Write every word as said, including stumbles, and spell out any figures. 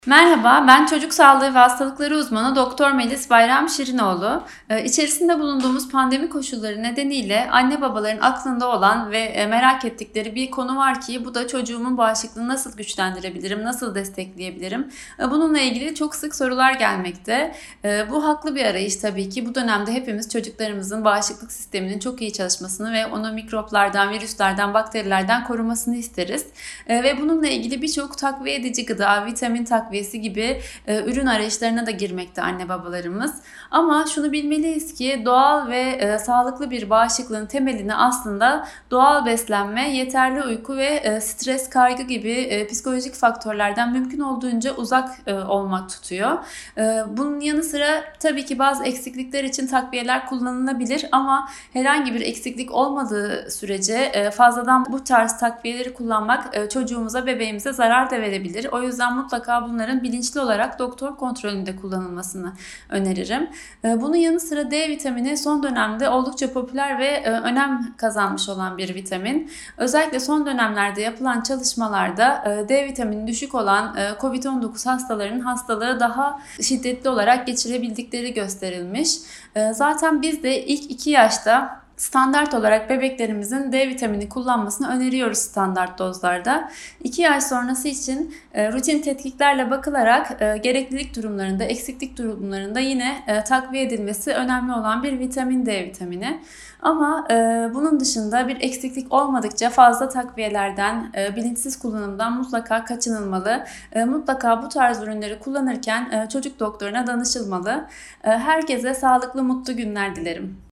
Merhaba, ben çocuk sağlığı ve hastalıkları uzmanı Doktor Melis Bayram Şirinoğlu. Ee, İçerisinde bulunduğumuz pandemi koşulları nedeniyle anne babaların aklında olan ve e, merak ettikleri bir konu var ki bu da çocuğumun bağışıklığını nasıl güçlendirebilirim, nasıl destekleyebilirim? Ee, Bununla ilgili çok sık sorular gelmekte. Ee, Bu haklı bir arayış tabii ki. Bu dönemde hepimiz çocuklarımızın bağışıklık sisteminin çok iyi çalışmasını ve onu mikroplardan, virüslerden, bakterilerden korumasını isteriz. Ee, Ve bununla ilgili birçok takviye edici gıda, vitamin takviyesi gibi e, ürün arayışlarına da girmekte anne babalarımız. Ama şunu bilmeliyiz ki doğal ve e, sağlıklı bir bağışıklığın temelini aslında doğal beslenme, yeterli uyku ve e, stres, kaygı gibi e, psikolojik faktörlerden mümkün olduğunca uzak e, olmak tutuyor. E, bunun yanı sıra tabii ki bazı eksiklikler için takviyeler kullanılabilir ama herhangi bir eksiklik olmadığı sürece e, fazladan bu tarz takviyeleri kullanmak e, çocuğumuza, bebeğimize zarar da verebilir. O yüzden mutlaka bunların bilinçli olarak doktor kontrolünde kullanılmasını öneririm. Bunun yanı sıra D vitamini son dönemde oldukça popüler ve önem kazanmış olan bir vitamin. Özellikle son dönemlerde yapılan çalışmalarda D vitamini düşük olan kovid on dokuz hastalarının hastalığı daha şiddetli olarak geçirebildikleri gösterilmiş. Zaten biz de ilk iki yaşta standart olarak bebeklerimizin D vitamini kullanmasını öneriyoruz standart dozlarda. iki yaş sonrası için e, rutin tetkiklerle bakılarak e, gereklilik durumlarında, eksiklik durumlarında yine e, takviye edilmesi önemli olan bir vitamin D vitamini. Ama e, bunun dışında bir eksiklik olmadıkça fazla takviyelerden, e, bilinçsiz kullanımdan mutlaka kaçınılmalı. E, mutlaka bu tarz ürünleri kullanırken e, çocuk doktoruna danışılmalı. E, herkese sağlıklı, mutlu günler dilerim.